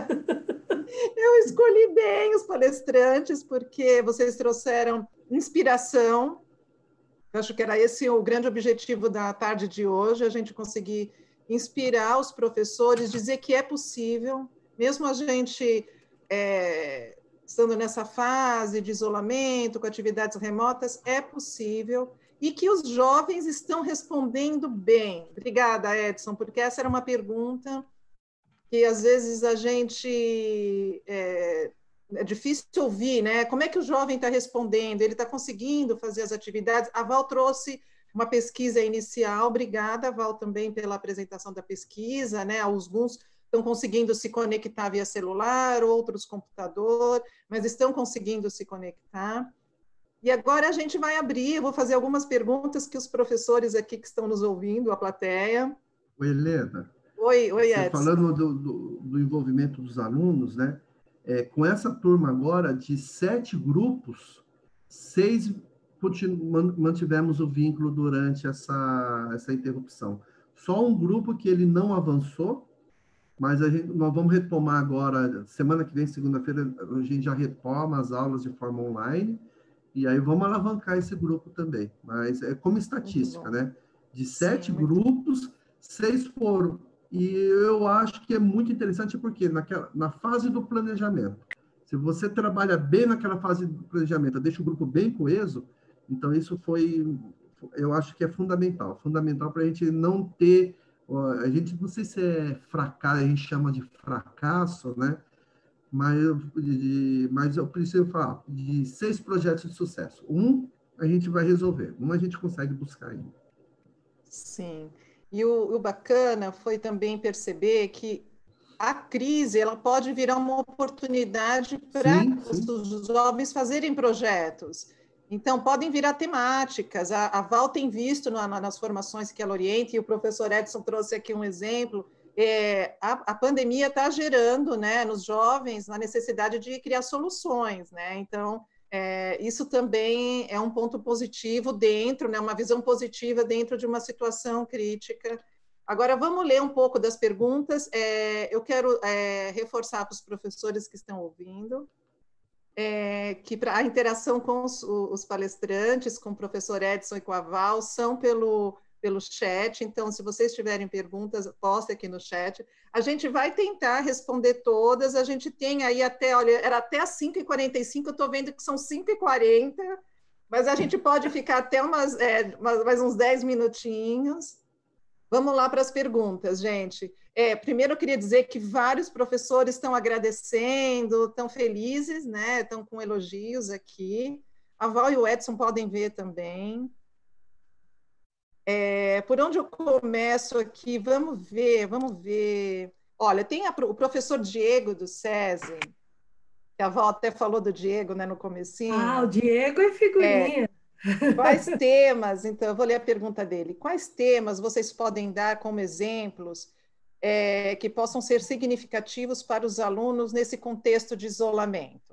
Speaker 1: Eu escolhi bem os palestrantes, porque vocês trouxeram inspiração. Eu acho que era esse o grande objetivo da tarde de hoje, a gente conseguir inspirar os professores, dizer que é possível, mesmo a gente estando nessa fase de isolamento, com atividades remotas, é possível, e que os jovens estão respondendo bem. Obrigada, Edson, porque essa era uma pergunta que, às vezes, a gente... é difícil ouvir, né? Como é que o jovem está respondendo? Ele está conseguindo fazer as atividades? A Val trouxe uma pesquisa inicial. Obrigada, Val, também pela apresentação da pesquisa, né? Alguns estão conseguindo se conectar via celular, outros computador, mas estão conseguindo se conectar. E agora a gente vai abrir, eu vou fazer algumas perguntas que os professores aqui que estão nos ouvindo, a plateia,
Speaker 3: Oi, Helena.
Speaker 1: Oi,
Speaker 3: Você
Speaker 1: Edson.
Speaker 3: falando do envolvimento dos alunos, né? Com essa turma agora, de 7 grupos, 6 mantivemos o vínculo durante essa interrupção. Só um grupo que ele não avançou, mas nós vamos retomar agora, semana que vem, segunda-feira, a gente já retoma as aulas de forma online, e aí vamos alavancar esse grupo também. Mas é como estatística, né? De 7 grupos, 6 foram. E eu acho que é muito interessante porque na fase do planejamento, se você trabalha bem naquela fase do planejamento, deixa o grupo bem coeso, então isso eu acho que é fundamental para a gente não ter, a gente não sei se é fracasso, a gente chama de fracasso, né? Mas eu preciso falar de 6 projetos de sucesso. A gente vai resolver, a gente consegue buscar ainda.
Speaker 1: Sim. E o bacana foi também perceber que a crise ela pode virar uma oportunidade para os jovens fazerem projetos. Então, podem virar temáticas. A Val tem visto nas formações que ela orienta, e o professor Edson trouxe aqui um exemplo. A pandemia está gerando, né, nos jovens a necessidade de criar soluções, né? Então, isso também é um ponto positivo dentro, né, uma visão positiva dentro de uma situação crítica. Agora, vamos ler um pouco das perguntas. Eu quero reforçar para os professores que estão ouvindo que a interação com os palestrantes, com o professor Edson e com a Val, são pelo chat. Então, se vocês tiverem perguntas, postem aqui no chat. A gente vai tentar responder todas. A gente tem aí era até as 5h45, eu estou vendo que são 5h40, mas a gente pode ficar até mais uns 10 minutinhos. Vamos lá para as perguntas, gente. Primeiro, eu queria dizer que vários professores estão agradecendo, estão felizes, né? Estão com elogios aqui. A Val e o Edson podem ver também. Por onde eu começo aqui? Vamos ver. Olha, tem o professor Diego do SESI, que a Val até falou do Diego, né, no comecinho.
Speaker 2: O Diego é figurinha.
Speaker 1: Quais temas, então, eu vou ler a pergunta dele. Quais temas vocês podem dar como exemplos que possam ser significativos para os alunos nesse contexto de isolamento?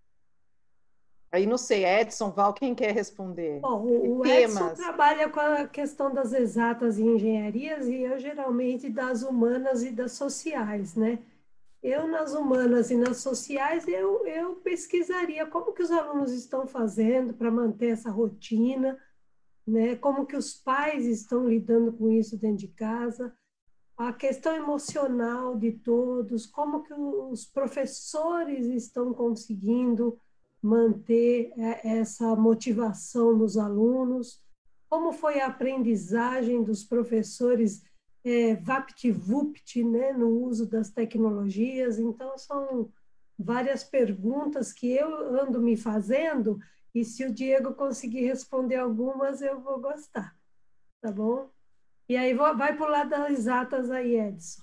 Speaker 1: Aí, não sei, Edson, Val, quem quer responder?
Speaker 2: Bom, o Edson trabalha com a questão das exatas e engenharias e eu, geralmente, das humanas e das sociais, né? Eu, nas humanas e nas sociais, eu pesquisaria como que os alunos estão fazendo para manter essa rotina, né? Como que os pais estão lidando com isso dentro de casa, a questão emocional de todos, como que os professores estão conseguindo manter essa motivação nos alunos, como foi a aprendizagem dos professores VaptVupt, né, no uso das tecnologias. Então, são várias perguntas que eu ando me fazendo, e se o Diego conseguir responder algumas, eu vou gostar, tá bom? E aí vai para o lado das exatas aí, Edson.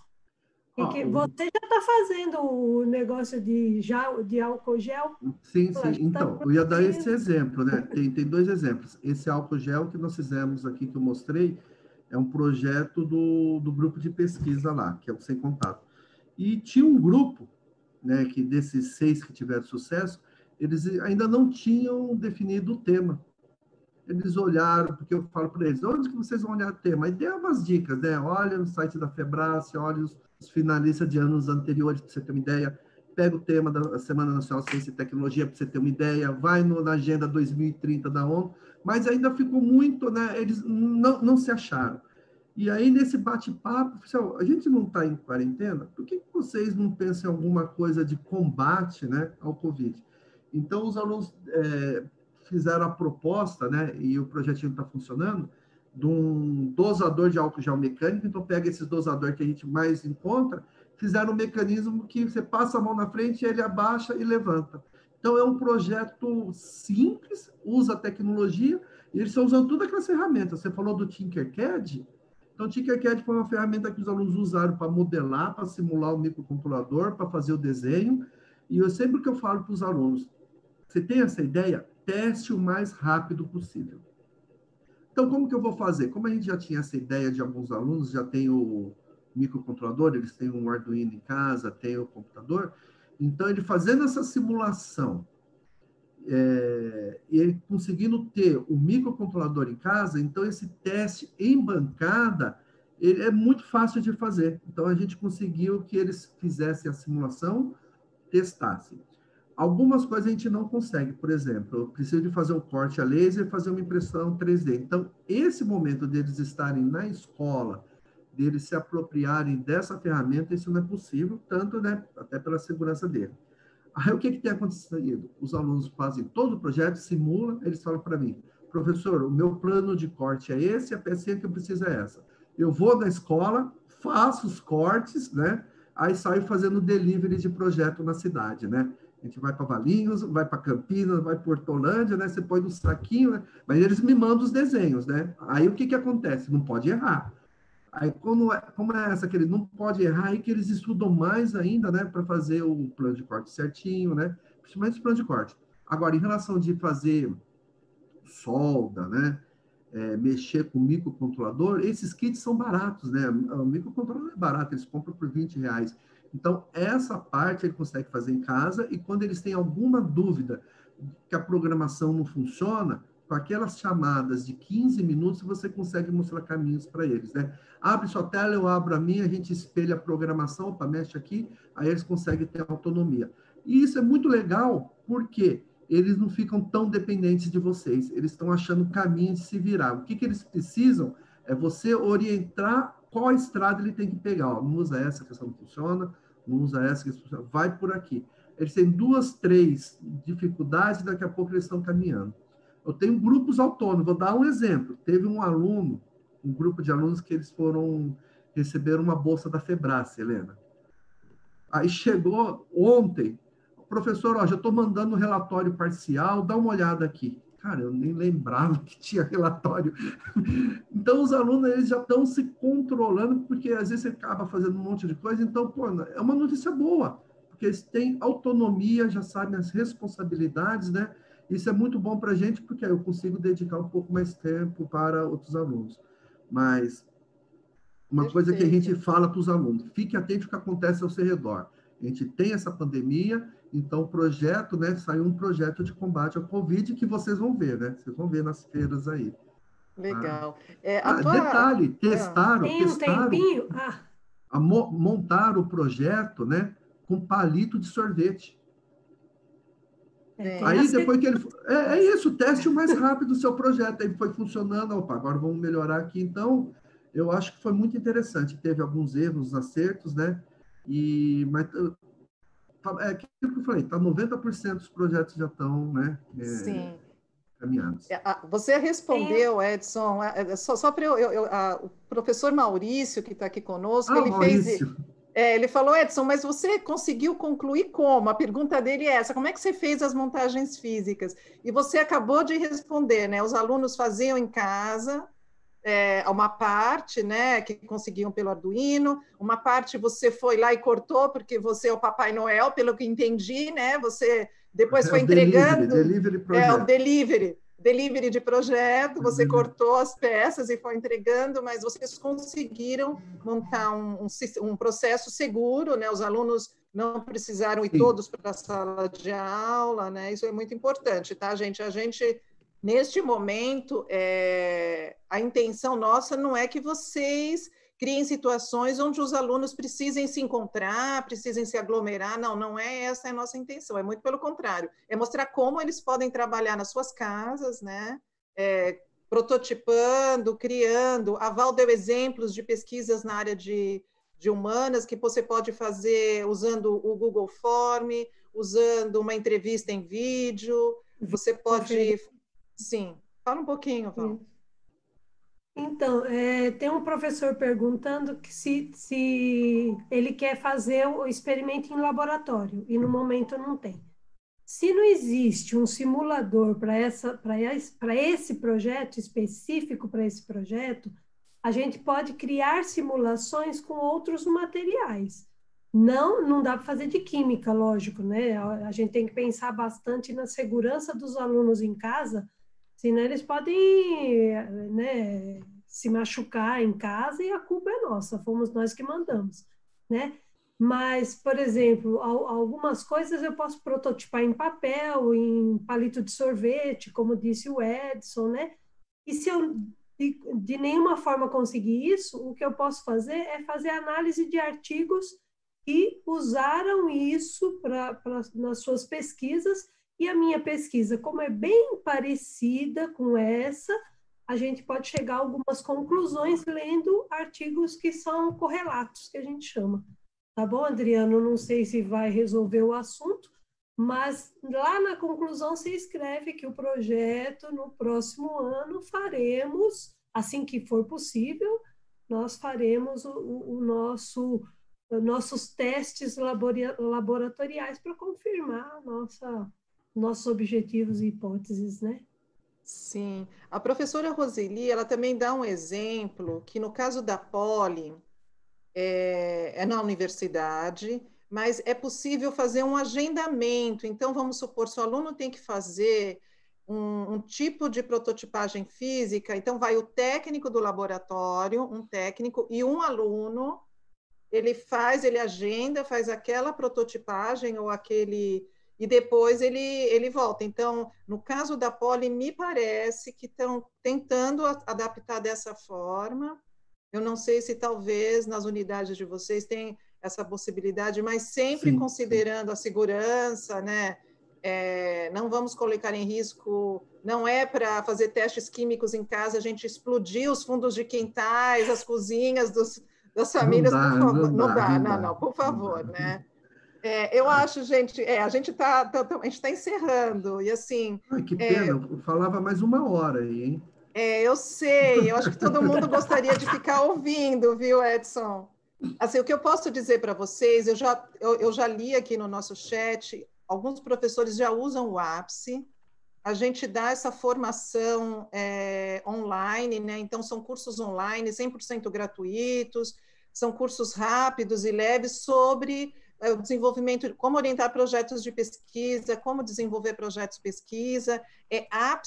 Speaker 2: Você já está fazendo o negócio de álcool gel?
Speaker 3: Sim. Então, eu ia dar esse exemplo, né? Tem 2 exemplos. Esse álcool gel que nós fizemos aqui, que eu mostrei, é um projeto do grupo de pesquisa lá, que é o Sem Contato. E tinha um grupo, né, que desses 6 que tiveram sucesso, eles ainda não tinham definido o tema. Eles olharam, porque eu falo para eles, onde que vocês vão olhar o tema? E dei umas dicas, né? Olha no site da Febrace, olha os finalistas de anos anteriores, para você ter uma ideia. Pega o tema da Semana Nacional de Ciência e Tecnologia, para você ter uma ideia. Vai na Agenda 2030 da ONU. Mas ainda ficou muito, né? Eles não se acharam. E aí, nesse bate-papo, a gente não está em quarentena? Por que vocês não pensam em alguma coisa de combate, né, ao Covid? Então, os alunos fizeram a proposta, né, e o projetinho está funcionando, de um dosador de álcool gel mecânico. Então, pega esses dosadores que a gente mais encontra, fizeram um mecanismo que você passa a mão na frente, ele abaixa e levanta. Então, é um projeto simples, usa tecnologia, e eles estão usando todas aquelas ferramentas. Você falou do Tinkercad? Então, o Tinkercad foi uma ferramenta que os alunos usaram para modelar, para simular o microcontrolador, para fazer o desenho. E eu sempre que eu falo para os alunos, você tem essa ideia? Teste o mais rápido possível. Então, como que eu vou fazer? Como a gente já tinha essa ideia de alguns alunos, já tem o microcontrolador, eles têm um Arduino em casa, tem o computador, então ele fazendo essa simulação, e ele conseguindo ter o microcontrolador em casa, então esse teste em bancada, ele é muito fácil de fazer. Então, a gente conseguiu que eles fizessem a simulação, testassem. Algumas coisas a gente não consegue, por exemplo, eu preciso de fazer um corte a laser e fazer uma impressão 3D. Então, esse momento deles estarem na escola, deles se apropriarem dessa ferramenta, isso não é possível, tanto, né, até pela segurança dele. Aí, o que tem acontecido? Os alunos fazem todo o projeto, simulam, eles falam para mim, professor, o meu plano de corte é esse, a pecinha que eu preciso é essa. Eu vou na escola, faço os cortes, né? Aí saio fazendo delivery de projeto na cidade, né? A gente vai para Valinhos, vai para Campinas, vai para Hortolândia, né? Você põe no saquinho, né? Mas eles me mandam os desenhos, né? Aí o que acontece? Não pode errar. Aí, como é essa que ele não pode errar, aí que eles estudam mais ainda, né, para fazer o plano de corte certinho, né, principalmente o plano de corte. Agora, em relação de fazer solda, né, mexer com microcontrolador, esses kits são baratos, né, o microcontrolador é barato, eles compram por R$ 20. Então, essa parte ele consegue fazer em casa, e quando eles têm alguma dúvida que a programação não funciona, com aquelas chamadas de 15 minutos, você consegue mostrar caminhos para eles, né? Abre sua tela, eu abro a minha, a gente espelha a programação, opa, mexe aqui, aí eles conseguem ter autonomia. E isso é muito legal, porque eles não ficam tão dependentes de vocês, eles estão achando caminhos de se virar. O que eles precisam é você orientar qual estrada ele tem que pegar. Ó, não usa essa, que essa não funciona, não usa essa, que essa funciona, vai por aqui. Eles têm 2, 3 dificuldades, daqui a pouco eles estão caminhando. Eu tenho grupos autônomos, vou dar um exemplo. Teve um aluno, um grupo de alunos que eles receberam uma bolsa da Febrace, Helena. Aí chegou ontem, professor, ó, já estou mandando o relatório parcial, dá uma olhada aqui. Cara, eu nem lembrava que tinha relatório. Então, os alunos eles já estão se controlando, porque às vezes você acaba fazendo um monte de coisa. Então, pô, é uma notícia boa, porque eles têm autonomia, já sabem as responsabilidades, né? Isso é muito bom para a gente, porque eu consigo dedicar um pouco mais tempo para outros alunos. Mas uma coisa que a gente fala para os alunos, fique atento ao que acontece ao seu redor. A gente tem essa pandemia, então o projeto, né, saiu um projeto de combate ao Covid que vocês vão ver, né? Vocês vão ver nas feiras aí.
Speaker 1: Legal.
Speaker 3: Detalhe,
Speaker 2: Tem um tempinho?
Speaker 3: Montar o projeto, né, com palito de sorvete. Aí depois que ele... É isso, teste o mais rápido do seu projeto. Aí foi funcionando, opa, agora vamos melhorar aqui. Então, eu acho que foi muito interessante. Teve alguns erros, acertos, né? Mas é aquilo que eu falei, 90% dos projetos já estão, né?
Speaker 1: Sim.
Speaker 3: Caminhados.
Speaker 1: Você respondeu, Edson, só para o professor Maurício, que está aqui conosco, ele
Speaker 3: Maurício.
Speaker 1: ele falou, Edson, mas você conseguiu concluir como? A pergunta dele é essa, como é que você fez as montagens físicas? E você acabou de responder, né? Os alunos faziam em casa, uma parte, né, que conseguiam pelo Arduino, uma parte você foi lá e cortou, porque você é o Papai Noel, pelo que entendi, né? Você depois foi entregando...
Speaker 3: Delivery projeto.
Speaker 1: O delivery de projeto, você cortou as peças e foi entregando, mas vocês conseguiram montar um processo seguro, né? Os alunos não precisaram ir todos para a sala de aula, né? Isso é muito importante, tá, gente? A gente, neste momento, a intenção nossa não é que vocês criem situações onde os alunos precisem se encontrar, precisem se aglomerar. Não é essa a nossa intenção, é muito pelo contrário. É mostrar como eles podem trabalhar nas suas casas, né? Prototipando, criando. A Val deu exemplos de pesquisas na área de humanas que você pode fazer usando o Google Form, usando uma entrevista em vídeo. Você pode... Sim, fala um pouquinho, Val.
Speaker 2: Então, tem um professor perguntando que se ele quer fazer o experimento em laboratório, e no momento não tem. Se não existe um simulador para esse projeto, específico para esse projeto, a gente pode criar simulações com outros materiais. Não dá para fazer de química, lógico, né? A gente tem que pensar bastante na segurança dos alunos em casa. Senão eles podem, né, se machucar em casa e a culpa é nossa, fomos nós que mandamos, né? Mas, por exemplo, algumas coisas eu posso prototipar em papel, em palito de sorvete, como disse o Edson, né? E se eu de nenhuma forma conseguir isso, o que eu posso fazer é fazer análise de artigos que usaram isso nas suas pesquisas, e a minha pesquisa, como é bem parecida com essa, a gente pode chegar a algumas conclusões lendo artigos que são correlatos, que a gente chama. Tá bom, Adriano? Não sei se vai resolver o assunto, mas lá na conclusão se escreve que o projeto, no próximo ano, faremos, assim que for possível, nós faremos nossos testes laboratoriais para confirmar nossos objetivos e hipóteses, né?
Speaker 1: Sim. A professora Roseli, ela também dá um exemplo que no caso da Poli, é na universidade, mas é possível fazer um agendamento. Então, vamos supor, se o aluno tem que fazer um tipo de prototipagem física, então vai o técnico do laboratório, um técnico e um aluno, ele agenda, faz aquela prototipagem ou aquele e depois ele volta. Então, no caso da Poli, me parece que estão tentando adaptar dessa forma. Eu não sei se talvez nas unidades de vocês tem essa possibilidade, mas sempre
Speaker 3: Sim,
Speaker 1: considerando
Speaker 3: sim.
Speaker 1: a segurança, né? Não vamos colocar em risco, não é para fazer testes químicos em casa, a gente explodir os fundos de quintais, as cozinhas das
Speaker 3: Não
Speaker 1: famílias, por
Speaker 3: dá,
Speaker 1: favor.
Speaker 3: não
Speaker 1: Não
Speaker 3: dá,
Speaker 1: dá,
Speaker 3: não
Speaker 1: não,
Speaker 3: dá,
Speaker 1: não, por
Speaker 3: não dá.
Speaker 1: favor, né? Eu acho, gente, a gente está encerrando, e assim,
Speaker 3: Ai, que pena, eu falava mais 1 hora aí, hein?
Speaker 1: eu sei, eu acho que todo mundo gostaria de ficar ouvindo, viu, Edson? Assim, o que eu posso dizer para vocês, eu já li aqui no nosso chat, alguns professores já usam o Ápice, a gente dá essa formação online, né? Então, são cursos online, 100% gratuitos, são cursos rápidos e leves sobre o desenvolvimento, como orientar projetos de pesquisa, como desenvolver projetos de pesquisa, é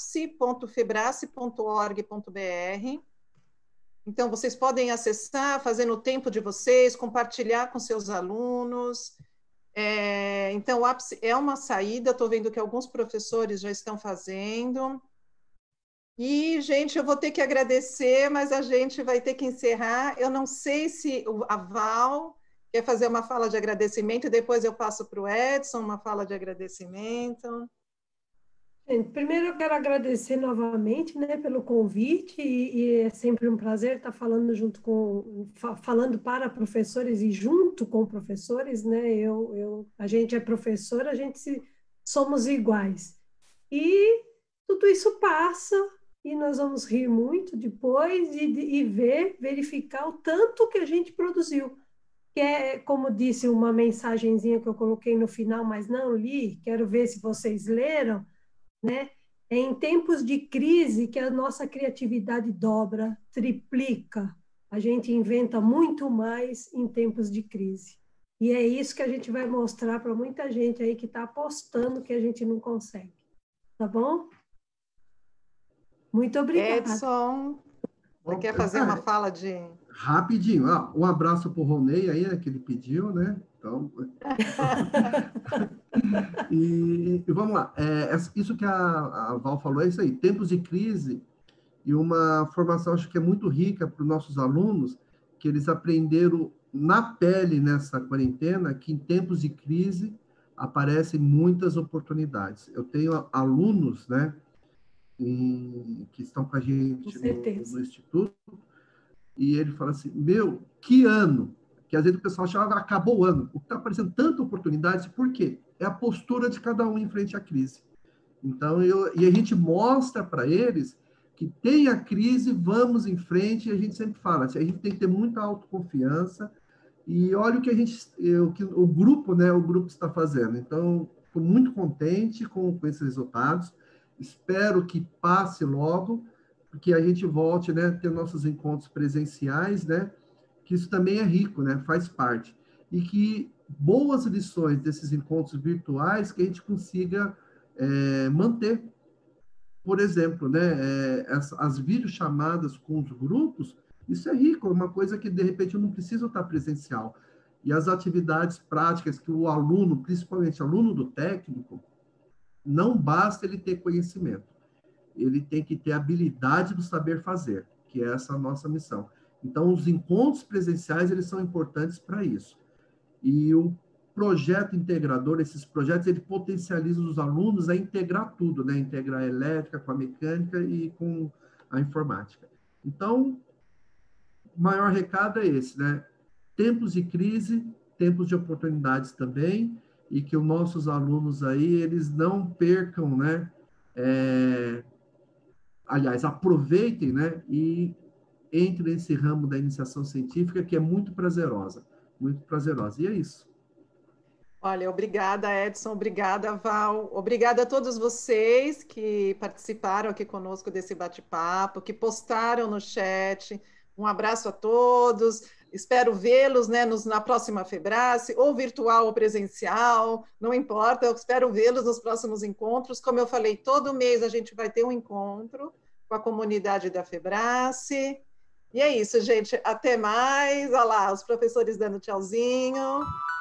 Speaker 1: apse.febrace.org.br. Então, vocês podem acessar, fazer no tempo de vocês, compartilhar com seus alunos. Então, o Ápice é uma saída, estou vendo que alguns professores já estão fazendo. E, gente, eu vou ter que agradecer, mas a gente vai ter que encerrar. Eu não sei se a Val quer fazer uma fala de agradecimento, e depois eu passo para o Edson uma fala de agradecimento.
Speaker 2: Gente, primeiro eu quero agradecer novamente, né, pelo convite e é sempre um prazer estar falando falando para professores e junto com professores, né? A gente é professor, somos iguais. E tudo isso passa e nós vamos rir muito depois e verificar o tanto que a gente produziu. Que é, como disse uma mensagenzinha que eu coloquei no final, mas não li, quero ver se vocês leram, né? É em tempos de crise que a nossa criatividade dobra, triplica. A gente inventa muito mais em tempos de crise. E é isso que a gente vai mostrar para muita gente aí que está apostando que a gente não consegue. Tá bom? Muito obrigada.
Speaker 1: Edson, você quer fazer uma fala de...
Speaker 3: Rapidinho, um abraço para o Ronei aí, né, que ele pediu, né? Então, e vamos lá. Isso que a Val falou é isso aí. Tempos de crise e uma formação, acho que é muito rica para os nossos alunos, que eles aprenderam na pele nessa quarentena que em tempos de crise aparecem muitas oportunidades. Eu tenho alunos, né, que estão com a gente no Instituto, e ele fala assim, que ano! Que às vezes o pessoal achava que acabou o ano. O que está aparecendo tanta oportunidade, por quê? É a postura de cada um em frente à crise. Então, e a gente mostra para eles que tem a crise, vamos em frente, e a gente sempre fala, assim, a gente tem que ter muita autoconfiança, e olha o que o grupo, né, o grupo está fazendo. Então, estou muito contente com esses resultados, espero que passe logo, que a gente volte, né, a ter nossos encontros presenciais, né, que isso também é rico, né, faz parte. E que boas lições desses encontros virtuais que a gente consiga manter. por exemplo, né, as videochamadas com os grupos, isso é rico, é uma coisa que, de repente, eu não preciso estar presencial. E as atividades práticas que o aluno, principalmente o aluno do técnico, não basta ele ter conhecimento, ele tem que ter habilidade do saber fazer, que é essa a nossa missão. Então, os encontros presenciais, eles são importantes para isso. E o projeto integrador, esses projetos, ele potencializa os alunos a integrar tudo, né? Integrar a elétrica com a mecânica e com a informática. Então, o maior recado é esse, né? Tempos de crise, tempos de oportunidades também, e que os nossos alunos aí, eles não percam, né? Aliás, aproveitem, né? E entrem nesse ramo da iniciação científica, que é muito prazerosa, muito prazerosa. E é isso.
Speaker 1: Olha, obrigada, Edson, obrigada, Val, obrigada a todos vocês que participaram aqui conosco desse bate-papo, que postaram no chat. Um abraço a todos. Espero vê-los, né, na próxima Febrace, ou virtual ou presencial, não importa, eu espero vê-los nos próximos encontros. Como eu falei, todo mês a gente vai ter um encontro com a comunidade da Febrace. E é isso, gente. Até mais. Olha lá, os professores dando tchauzinho.